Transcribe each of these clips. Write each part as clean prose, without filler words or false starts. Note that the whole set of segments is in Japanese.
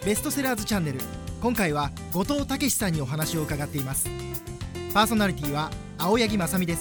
ベストセラーズチャンネル。今回は後藤武さんにお話を伺っています。パーソナリティは青柳正美です。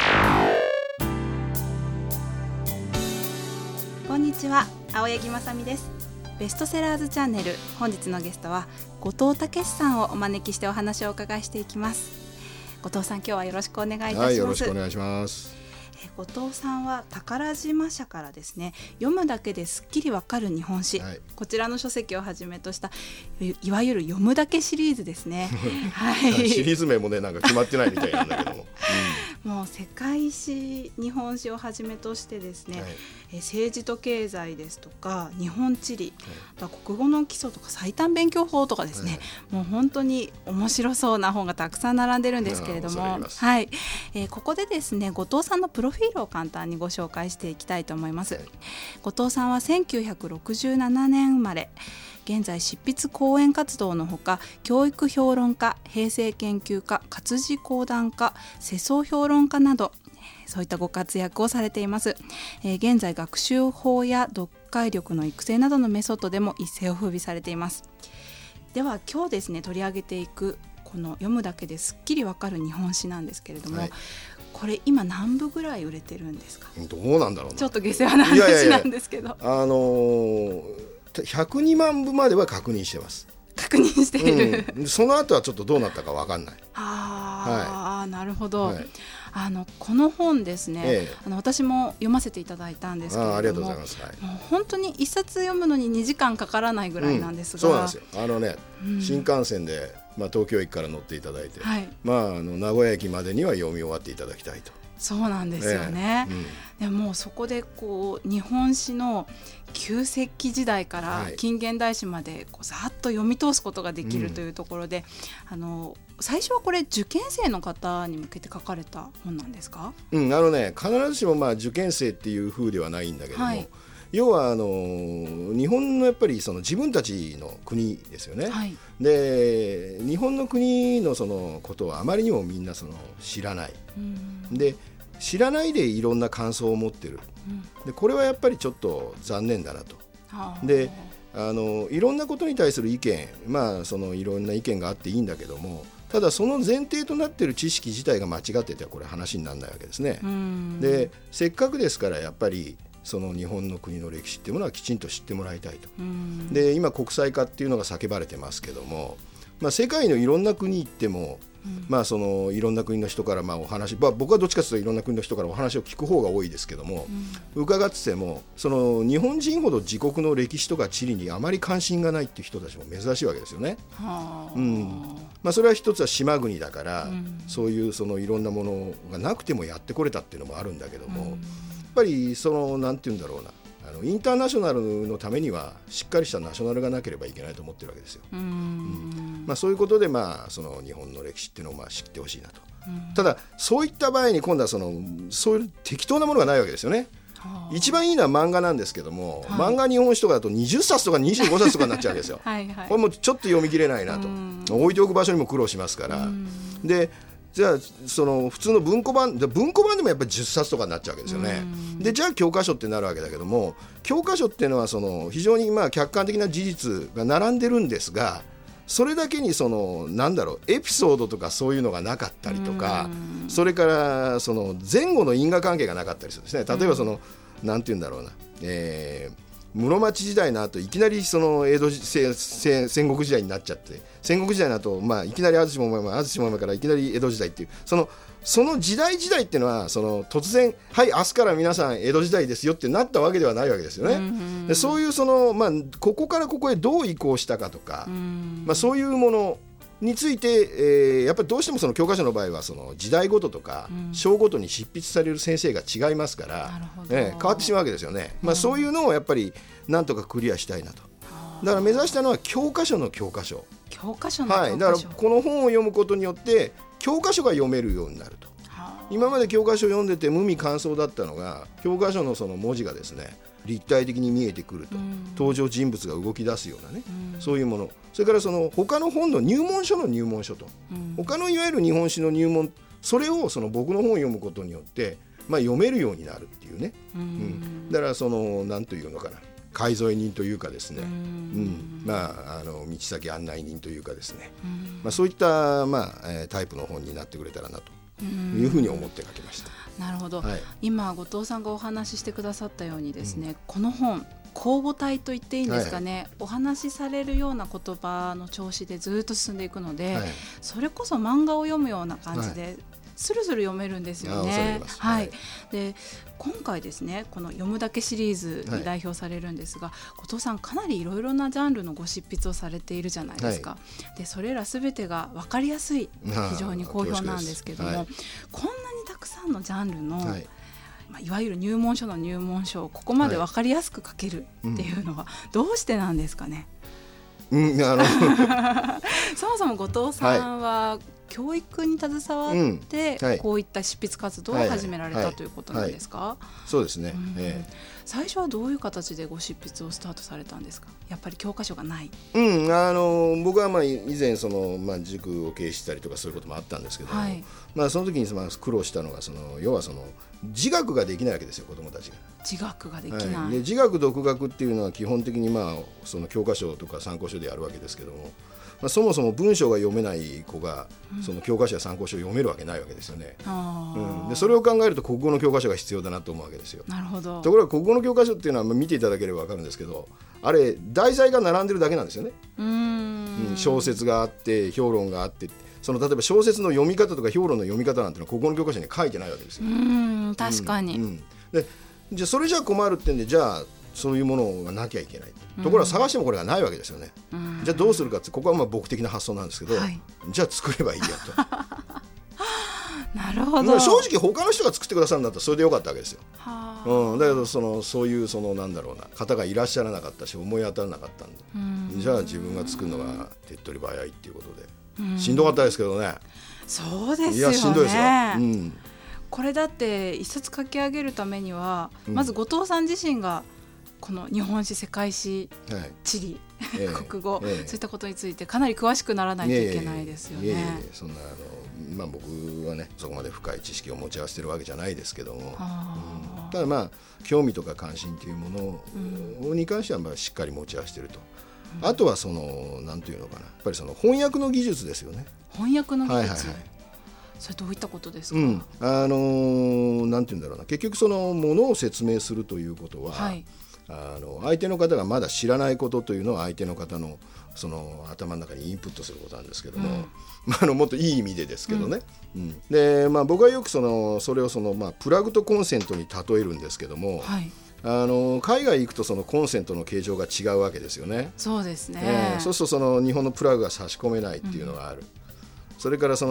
こんにちは、青柳正美です。ベストセラーズチャンネル、本日のゲストは後藤武さんをお招きしてお話をお伺いしていきます。後藤さん、今日はよろしくお願いいたします。 はい、よろしくお願いします。 後藤さんは宝島社からですね、読むだけですっきりわかる日本史、はい、こちらの書籍をはじめとしたいわゆる読むだけシリーズですねはい、 シリーズ名もね、なんか決まってないみたいなんだけども、 もう世界史、日本史をはじめとしてですね、はい、政治と経済ですとか日本地理、はい、国語の基礎とか最短勉強法とかですね、はい、もう本当に面白そうな本がたくさん並んでるんですけれども、はい、ここでですね、後藤さんのプロフィールを簡単にご紹介していきたいと思います。はい、後藤さんは1967年生まれ、現在執筆講演活動のほか、教育評論家、平成研究家、活字講談家、世相評論家など、そういったご活躍をされています。現在学習法や読解力の育成などのメソッドでも一世を風靡されています。では今日ですね、取り上げていくこの読むだけですっきりわかる日本史なんですけれども、はい、これ今何部ぐらい売れてるんですか？ どうなんだろうな、 ちょっと下世話な話なんですけど、 102万部までは確認してます。 確認している、 その後はちょっとどうなったか分かんない。 はい、なるほど。はい、この本ですね、私も読ませていただいたんですけれども、 ありがとうございます。はい、 もう本当に一冊読むのに2時間かからないぐらいなんですが、 そうなんですよ。新幹線で、東京駅から乗っていただいて、はい、名古屋駅までには読み終わっていただきたいと。 そうなんですよね。でもそこで日本史の旧石器時代から近現代史までざっと読み通すことができるというところで、最初はこれ受験生の方に向けて書かれた本なんですか？ 必ずしも受験生っていう風ではないんだけども、はい、要は日本のやっぱりその自分たちの国ですよね。はい、で日本の国のそのことをあまりにもみんな知らない。で知らないでいろんな感想を持ってる。でこれはやっぱりちょっと残念だなと。でいろんなことに対する意見、いろんな意見があっていいんだけども、ただその前提となっている知識自体が間違っててはこれ話にならないわけですね。でせっかくですからやっぱりその日本の国の歴史っていうものはきちんと知ってもらいたいと。で今国際化っていうのが叫ばれてますけども、世界のいろんな国行っても、いろんな国の人からお話、僕はどっちかというといろんな国の人からお話を聞く方が多いですけども、伺ってても日本人ほど自国の歴史とか地理にあまり関心がないっていう人たちも珍しいわけですよね。それは一つは島国だから、そういういろんなものがなくてもやってこれたっていうのもあるんだけども、やっぱりなんていうんだろうな、インターナショナルのためにはしっかりしたナショナルがなければいけないと思ってるわけですよ。そういうことで、日本の歴史っていうのを知ってほしいなと。ただそういった場合に今度はそういう適当なものがないわけですよね。一番いいのは漫画なんですけども、漫画日本史とかだと20冊とか25冊とかになっちゃうわけですよ。これもちょっと読み切れないなと。置いておく場所にも苦労しますから。でじゃあ普通の文庫版でもやっぱり10冊とかになっちゃうわけですよね。でじゃあ教科書ってなるわけだけども、教科書っていうのは非常に客観的な事実が並んでるんですが、それだけにエピソードとかそういうのがなかったりとか、それから前後の因果関係がなかったりするんですね。例えばなんていうんだろうな、室町時代の後いきなり江戸戦国時代になっちゃって、戦国時代の後、いきなり安土桃山からいきなり江戸時代っていうその時代っていうのは突然はい明日から皆さん江戸時代ですよってなったわけではないわけですよね。でそういうここからここへどう移行したかとか、そういうものについて、やっぱりどうしても教科書の場合は時代ごととか章ごとに執筆される先生が違いますから、変わってしまうわけですよね。そういうのをやっぱりなんとかクリアしたいなと。だから目指したのは教科書の教科書。はい、だからこの本を読むことによって教科書が読めるようになると。今まで教科書を読んでて無味乾燥だったのが、教科書の文字がですね立体的に見えてくると、登場人物が動き出すようなね、そういうもの。それから他の本の入門書の入門書と、他のいわゆる日本史の入門、それを僕の本を読むことによって、読めるようになるっていうね。だからなんというのかな、 介添え人というかですね、道先案内人というかですね、そういった、タイプの本になってくれたらなというふうに思って書きました。 なるほど、今後藤さんがお話ししてくださったようにですね、この本口語体と言っていいんですかね、お話しされるような言葉の調子でずっと進んでいくので、それこそ漫画を読むような感じで、スルスル読めるんですよね。で今回ですね、この読むだけシリーズに代表されるんですが、後藤さんかなりいろいろなジャンルのご執筆をされているじゃないですか。でそれらすべてが分かりやすい、非常に好評なんですけども、こんなにたくさんのジャンルの、いわゆる入門書の入門書をここまで分かりやすく書けるっていうのはどうしてなんですかね。そもそも後藤さんは、教育に携わって、こういった執筆活動を始められたということなんですか。 そうですね、 最初はどういう形でご執筆をスタートされたんですか。やっぱり教科書がない。 僕は以前塾を経営したりとかそういうこともあったんですけども、その時に苦労したのが要は自学ができないわけですよ、子どもたちが。 自学ができない、 で自学独学っていうのは基本的にその教科書とか参考書でやるわけですけども、そもそも文章が読めない子がその教科書や参考書を読めるわけないわけですよね。でそれを考えると国語の教科書が必要だなと思うわけですよ。 なるほど。 ところが国語の教科書っていうのは見ていただければ分かるんですけど、あれ題材が並んでるだけなんですよね。小説があって評論があって、例えば小説の読み方とか評論の読み方なんてのは国語の教科書に書いてないわけですよ。 確かに、 でそれじゃ困るってんで、じゃあそういうものがなきゃいけない。ところが探してもこれがないわけですよね。じゃあどうするかって、ここは僕的な発想なんですけど、じゃあ作ればいいやとなるほど。 正直他の人が作ってくださるんだったらそれでよかったわけですよ。だけどそういうなんだろうな方がいらっしゃらなかったし、思い当たらなかったんで、じゃあ自分が作るのが手っ取り早いっていうことで、しんどかったですけどね。 そうですよね。 いやしんどいですよ。 これだって一冊書き上げるためには、まず後藤さん自身がこの日本史、世界史、地理、国語、そういったことについてかなり詳しくならないといけないですよね。 そんな僕はねそこまで深い知識を持ち合わせてるわけじゃないですけども、ただ興味とか関心というものに関してはしっかり持ち合わせてると。あとはなんていうのかな、やっぱり翻訳の技術ですよね。 翻訳の技術、それどういったことですか。 なんていうんだろうな、結局ものを説明するということは、相手の方がまだ知らないことというのを相手の方の頭の中にインプットすることなんですけども、もっといい意味でですけどね。で僕はよくそれをプラグとコンセントに例えるんですけども、海外行くとコンセントの形状が違うわけですよね。 そうですね。 そうすると日本のプラグが差し込めないっていうのがある。それから例えば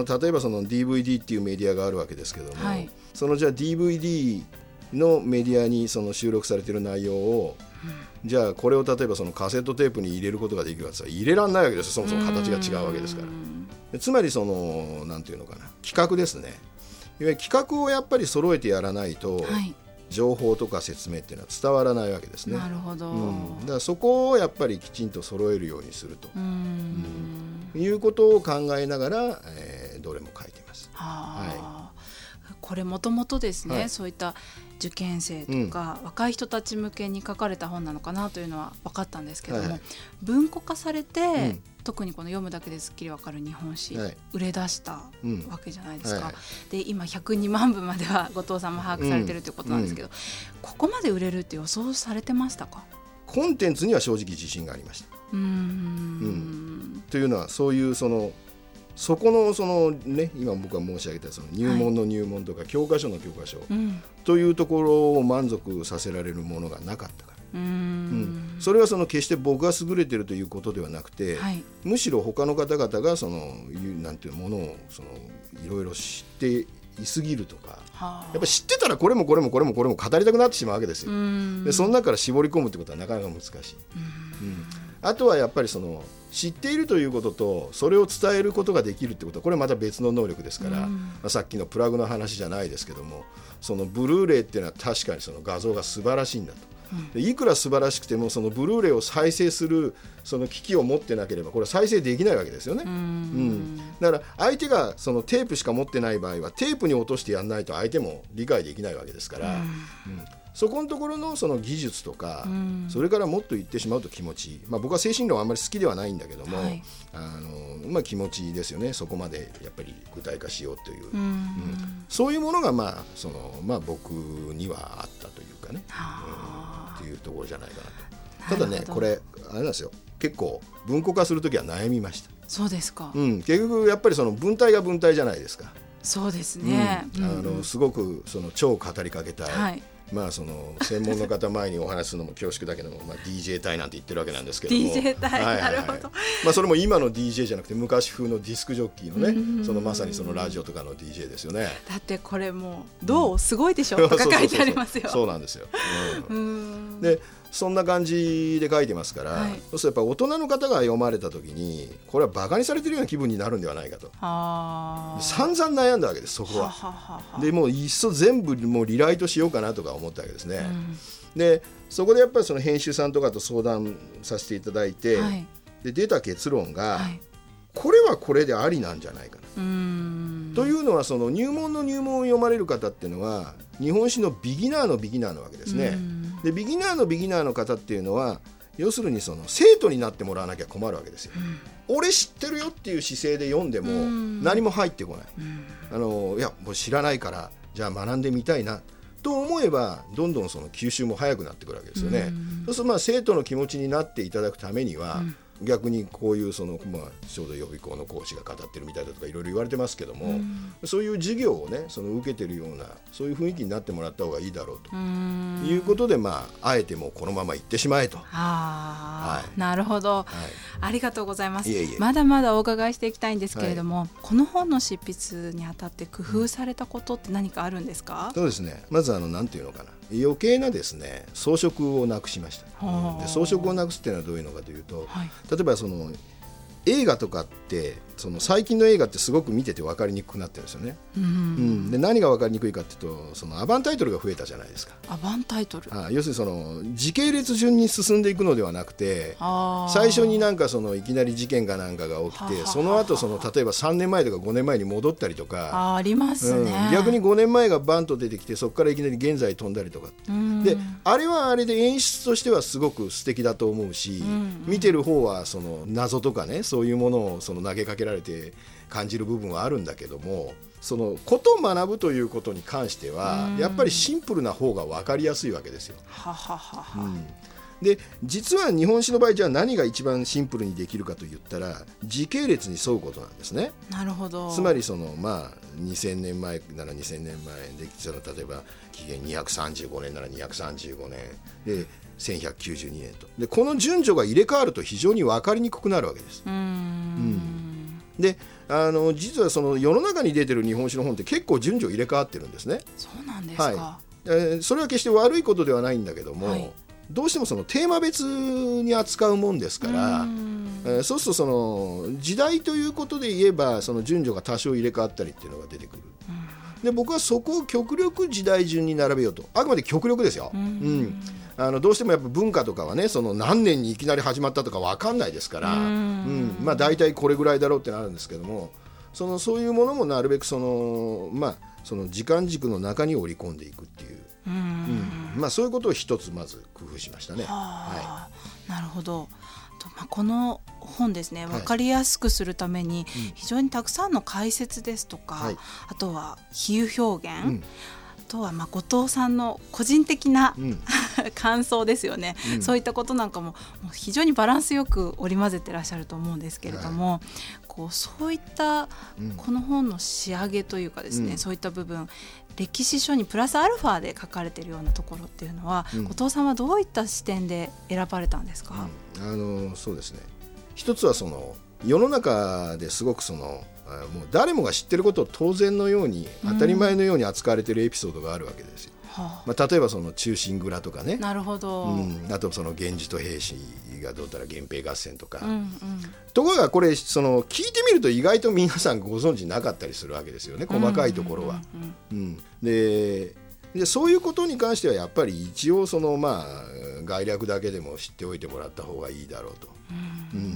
DVD っていうメディアがあるわけですけども、じゃあ DVD のメディアに収録されている内容を、じゃあこれを例えばカセットテープに入れることができるかって入れられないわけですよ。そもそも形が違うわけですから。つまりなんていうのかな、企画ですね。いわゆる企画をやっぱり揃えてやらないと、情報とか説明っていうのは伝わらないわけですね。 なるほど。 だからそこをやっぱりきちんと揃えるようにするということを考えながら、どれも書いてます。 これもともとですね、そういった受験生とか、若い人たち向けに書かれた本なのかなというのは分かったんですけども、文庫化されて、特にこの読むだけですっきり分かる日本史、売れ出したわけじゃないですか。で今102万部までは後藤さんも把握されてるということなんですけど、ここまで売れるって予想されてましたか。 コンテンツには正直自信がありました。というのはそういうそこの今僕が申し上げた入門の入門とか、教科書の教科書というところを満足させられるものがなかったから、それは決して僕が優れているということではなくて、むしろ他の方々がなんていうものをいろいろ知っていすぎるとか、やっぱ知ってたらこれもこれもこれもこれも語りたくなってしまうわけですよ。でその中から絞り込むってことはなかなか難しい。あとはやっぱり知っているということとそれを伝えることができるってことはこれはまた別の能力ですから、さっきのプラグの話じゃないですけども、ブルーレイっていうのは確かに画像が素晴らしいんだと。でいくら素晴らしくてもブルーレイを再生する機器を持ってなければこれは再生できないわけですよね。だから相手がテープしか持ってない場合はテープに落としてやらないと相手も理解できないわけですから、 そこのところのその技術とか、それからもっと言ってしまうと気持ち、僕は精神論はあんまり好きではないんだけども、気持ちですよね。そこまでやっぱり具体化しようという、そういうものが僕にはあったというかね、っていうところじゃないかなと。ただね、これあれなんですよ、結構文庫化するときは悩みました。 そうですか。 結局やっぱりその文体が文体じゃないですか。 そうですね、 すごくその超語りかけたい、その専門の方前にお話するのも恐縮だけども、DJ 隊なんて言ってるわけなんですけども、 DJ 隊、なるほど。 それも今の DJ じゃなくて昔風のディスクジョッキーのね、そのまさにそのラジオとかの DJ ですよね。 だってこれもうどう、すごいでしょとか書いてありますよ。 そうなんですよ。でそんな感じで書いてますから、そうするとやっぱ大人の方が読まれた時にこれはバカにされてるような気分になるんではないかと散々悩んだわけです。そこはでもういっそ全部もうリライトしようかなとか思ったわけですね。でそこでやっぱりその編集さんとかと相談させていただいて、で出た結論が、これはこれでありなんじゃないかなというのは、その入門の入門を読まれる方っていうのは日本史のビギナーのビギナーなわけですね。でビギナーのビギナーの方っていうのは要するにその生徒になってもらわなきゃ困るわけですよ。俺知ってるよっていう姿勢で読んでも何も入ってこない。いやもう知らないからじゃあ学んでみたいなと思えばどんどんその吸収も早くなってくるわけですよね。そうすると生徒の気持ちになっていただくためには、逆にこういうその、ちょうど予備校の講師が語ってるみたいだとかいろいろ言われてますけども、そういう授業をねその受けてるようなそういう雰囲気になってもらった方がいいだろうということで、あえてもうこのまま行ってしまえと。 なるほど、ありがとうございます。まだまだお伺いしていきたいんですけれども、この本の執筆にあたって工夫されたことって何かあるんですか？ そうですね、まずなんていうのかな、余計なですね装飾をなくしました。で装飾をなくすっていうのはどういうのかというと、例えばその映画とかってその最近の映画ってすごく見てて分かりにくくなってるんですよね。で何が分かりにくいかっていうと、そのアバンタイトルが増えたじゃないですか。 アバンタイトル、 要するにその時系列順に進んでいくのではなくて、最初にそのいきなり事件かなんかが起きて、その後その例えば3年前とか5年前に戻ったりとかありますね。 逆に5年前がバンと出てきてそこからいきなり現在飛んだりとかで、あれはあれで演出としてはすごく素敵だと思うし、見てる方はその謎とかね、そういうものをその投げかけられて感じる部分はあるんだけども、そのことを学ぶということに関してはやっぱりシンプルな方が分かりやすいわけですよ。で実は日本史の場合じゃあ何が一番シンプルにできるかと言ったら時系列に沿うことなんですね。 なるほど。 つまりその2000年前なら2000年前で、その例えば紀元235年なら235年で1192年と、でこの順序が入れ替わると非常に分かりにくくなるわけです。で実はその世の中に出てる日本史の本って結構順序入れ替わってるんですね。 そうなんですか。 それは決して悪いことではないんだけども、どうしてもそのテーマ別に扱うもんですから、そうするとその時代ということで言えばその順序が多少入れ替わったりっていうのが出てくる。で僕はそこを極力時代順に並べようと、あくまで極力ですよ。どうしてもやっぱ文化とかはね、その何年にいきなり始まったとか分かんないですから、大体これぐらいだろうってなるんですけども、そういうものもなるべくその時間軸の中に織り込んでいくっていう、そういうことを一つまず工夫しましたね。 なるほど。この本ですね、分かりやすくするために非常にたくさんの解説ですとか、あとは比喩表現、あとは後藤さんの個人的な、感想ですよね、そういったことなんかも非常にバランスよく織り交ぜてらっしゃると思うんですけれども、そういったこの本の仕上げというかですね、そういった部分、歴史書にプラスアルファで書かれているようなところっていうのは、後藤さんはどういった視点で選ばれたんですか？ そうですね、一つはその世の中ですごくそのもう誰もが知ってることを当然のように当たり前のように扱われているエピソードがあるわけですよ。例えばその忠臣蔵とかね。 なるほど。 あとその源氏と平氏がどうたら源平合戦とか、ところがこれその聞いてみると意外と皆さんご存知なかったりするわけですよね、細かいところは。でそういうことに関してはやっぱり一応その概略だけでも知っておいてもらった方がいいだろうと、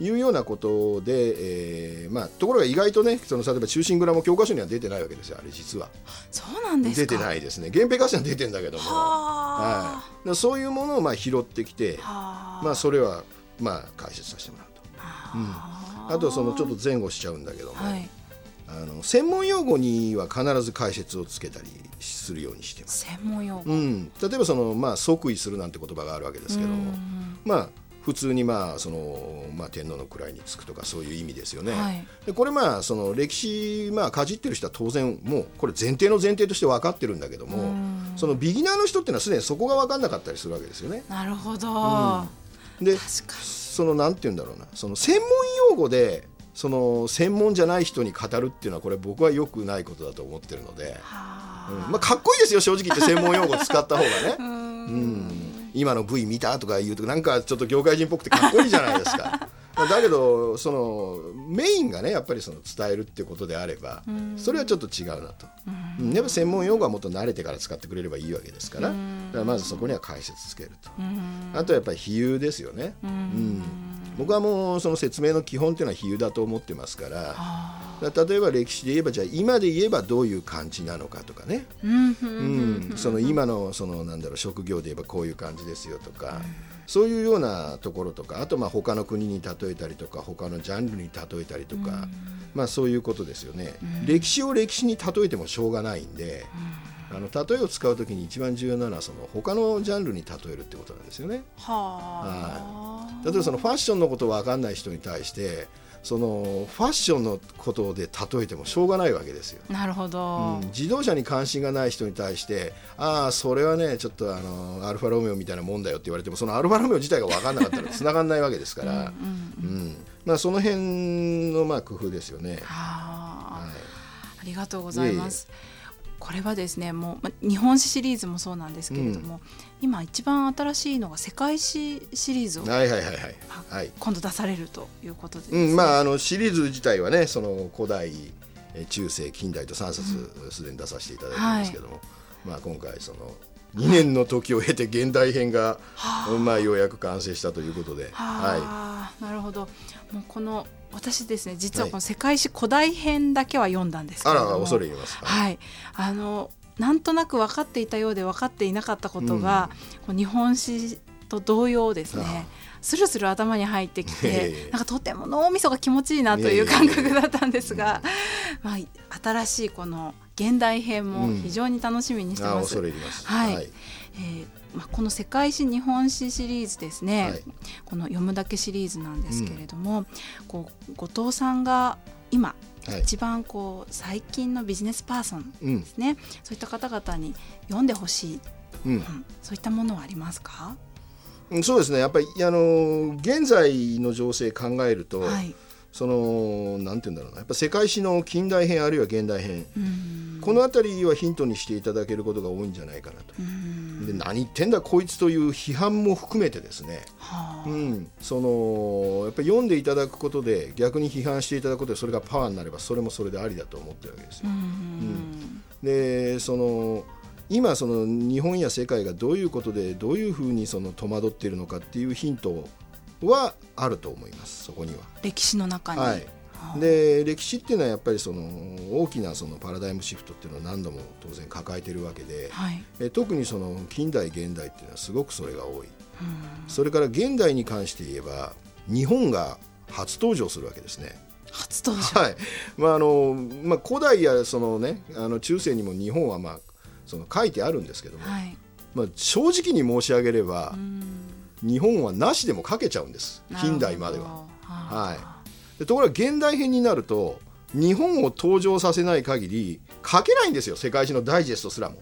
いうようなことで、ところが意外とね例えば忠臣蔵も教科書には出てないわけですよ。あれ実はそうなんですか。 出てないですね。源平合戦は出てるんだけども、そういうものを拾ってきて、それは解説させてもらうと。あとちょっと前後しちゃうんだけども、専門用語には必ず解説をつけたりするようにしてます。 専門用語、 例えば即位するなんて言葉があるわけですけども、普通に天皇の位につくとかそういう意味ですよね。でこれ歴史かじってる人は当然もうこれ前提の前提として分かってるんだけども、ビギナーの人っていうのはすでにそこが分かんなかったりするわけですよね。 なるほど。 でなんて言うんだろうな、専門用語で専門じゃない人に語るっていうのはこれ僕は良くないことだと思ってるので、かっこいいですよ正直言って専門用語使った方がね今の V 見たとか言うとなんかちょっと業界人っぽくてかっこいいじゃないですかだけどメインがねやっぱり伝えるっていうことであればそれはちょっと違うなと。やっぱ専門用語はもっと慣れてから使ってくれればいいわけですから、だからまずそこには解説つけると。あとやっぱり比喩ですよね。僕はもう説明の基本っていうのは比喩だと思ってますから、例えば歴史で言えばじゃあ今で言えばどういう感じなのかとかね、今の職業で言えばこういう感じですよとか、そういうようなところとか、あと他の国に例えたりとか他のジャンルに例えたりとか、そういうことですよね。歴史を歴史に例えてもしょうがないんで、例えを使うときに一番重要なのは他のジャンルに例えるってことなんですよね。例えばファッションのこと分かんない人に対してファッションのことで例えてもしょうがないわけですよ。 なるほど、 自動車に関心がない人に対してそれはねちょっとアルファロメオみたいなもんだよって言われてもアルファロメオ自体が分かんなかったら繋がんないわけですからその辺の工夫ですよね。 ありがとうございます。これはですねもう日本史シリーズもそうなんですけれども、今一番新しいのが世界史シリーズを今度出されるということでですね、 シリーズ自体はね古代中世近代と3冊すでに出させていただいてるんですけども、今回2年の時を経て現代編がようやく完成したということで、 なるほど。もう私ですね実はこの世界史古代編だけは読んだんですけれども、 恐れ入ります。 なんとなく分かっていたようで分かっていなかったことが、日本史と同様ですねスルスル頭に入ってきてなんかとても脳みそが気持ちいいなという感覚だったんですが、新しいこの現代編も非常に楽しみにしてます。 恐れ入ります。 この世界史日本史シリーズですね、この読むだけシリーズなんですけれども、後藤さんが今一番最近のビジネスパーソンですね、そういった方々に読んでほしい、そういったものはありますか？ そうですね、やっぱり現在の情勢考えると、なんていうんだろうな、やっぱ世界史の近代編あるいは現代編、このあたりはヒントにしていただけることが多いんじゃないかなと。で何言ってんだこいつという批判も含めてですね、やっぱり読んでいただくことで逆に批判していただくことでそれがパワーになればそれもそれでありだと思ってるわけですよ。で今日本や世界がどういうことでどういうふうに戸惑っているのかっていうヒントはあると思います。そこには歴史の中に、 で歴史っていうのはやっぱり大きなパラダイムシフトっていうのを何度も当然抱えているわけで、特に近代現代っていうのはすごくそれが多い。それから現代に関して言えば日本が初登場するわけですね。 初登場、 古代や中世にも日本は書いてあるんですけども、正直に申し上げれば日本はなしでも書けちゃうんです、近代までは。ところが現代編になると日本を登場させない限り書けないんですよ、世界史のダイジェストすらも。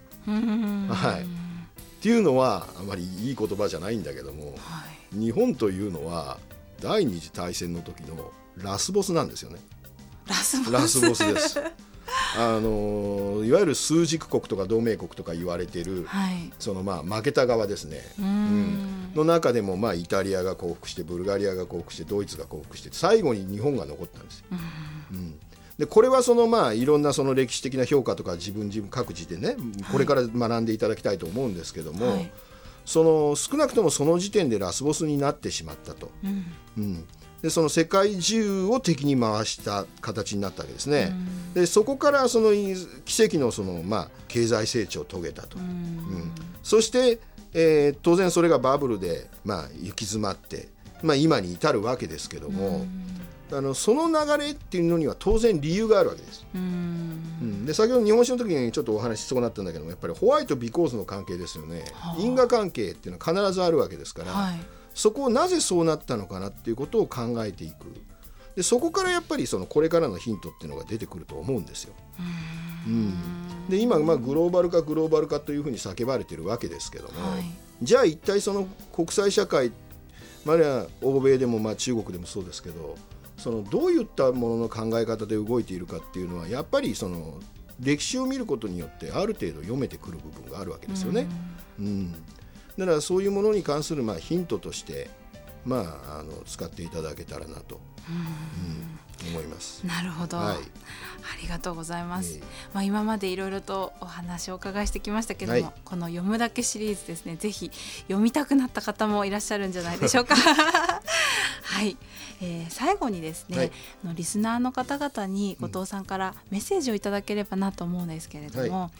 っていうのはあまりいい言葉じゃないんだけども、日本というのは第二次大戦の時のラスボスなんですよね。ラスボスです。いわゆる枢軸国とか同盟国とか言われている、負けた側ですね、の中でもイタリアが降伏してブルガリアが降伏してドイツが降伏して最後に日本が残ったんですよ。でこれはいろんな歴史的な評価とか自分各自でねこれから学んでいただきたいと思うんですけども、少なくともその時点でラスボスになってしまったと。 でその世界中を敵に回した形になったわけですね。でそこからその奇跡の経済成長を遂げたと。そして、当然それがバブルで、行き詰まって、今に至るわけですけども、その流れっていうのには当然理由があるわけです。で先ほど日本史の時にちょっとお話しそうになったんだけども、やっぱりホワイト・ビコーズの関係ですよね。因果関係っていうのは必ずあるわけですから、そこをなぜそうなったのかなっていうことを考えていく。でそこからやっぱりこれからのヒントっていうのが出てくると思うんですよ。で今、グローバル化というふうに叫ばれているわけですけども、じゃあ一体その国際社会、あるいは欧米でも中国でもそうですけど、どういったものの考え方で動いているかっていうのはやっぱり歴史を見ることによってある程度読めてくる部分があるわけですよね。だからそういうものに関するヒントとして使っていただけたらなと、思います。 なるほど、ありがとうございます。今までいろいろとお話をお伺いしてきましたけども、この読むだけシリーズですね、ぜひ読みたくなった方もいらっしゃるんじゃないでしょうか。最後にですね、リスナーの方々に後藤さんからメッセージをいただければなと思うんですけれども、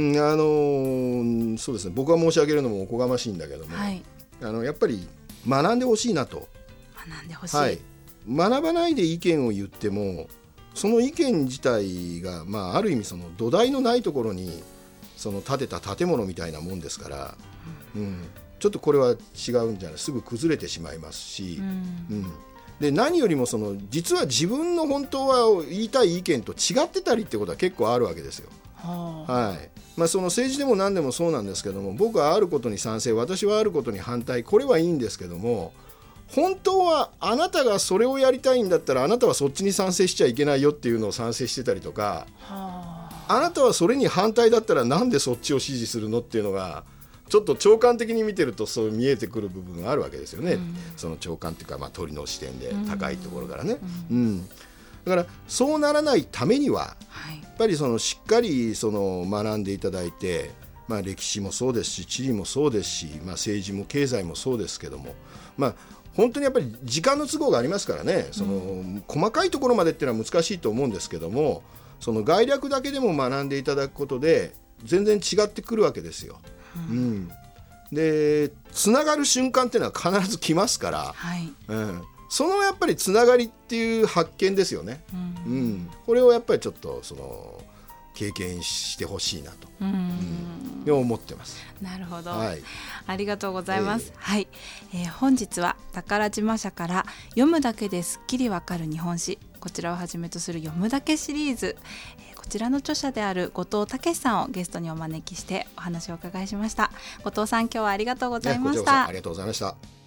そうですね、僕が申し上げるのもおこがましいんだけども、やっぱり学んでほしいなと。 学んでほしい、 学ばないで意見を言ってもその意見自体が、ある意味土台のないところに建てた建物みたいなもんですから、ちょっとこれは違うんじゃない、すぐ崩れてしまいますし、で何よりも実は自分の本当は言いたい意見と違ってたりってことは結構あるわけですよ。その政治でも何でもそうなんですけども、僕はあることに賛成、私はあることに反対、これはいいんですけども、本当はあなたがそれをやりたいんだったらあなたはそっちに賛成しちゃいけないよっていうのを賛成してたりとか、あなたはそれに反対だったらなんでそっちを支持するのっていうのがちょっと長官的に見てるとそう見えてくる部分があるわけですよね。その長官っていうか、鳥の視点で高いところからね。だからそうならないためには、やっぱりしっかり学んでいただいて、歴史もそうですし地理もそうですし、政治も経済もそうですけども、本当にやっぱり時間の都合がありますからね、細かいところまでっていうのは難しいと思うんですけども、概略だけでも学んでいただくことで全然違ってくるわけですよ。でつながる瞬間っていうのは必ず来ますから、そのやっぱりつながりっていう発見ですよね。これをやっぱりちょっと経験してほしいなと、思ってます。 なるほど、ありがとうございます。本日は宝島社から読むだけですっきりわかる日本史、こちらをはじめとする読むだけシリーズ、こちらの著者である後藤武さんをゲストにお招きしてお話をお伺いしました。後藤さん、今日はありがとうございました。 ありがとうございました。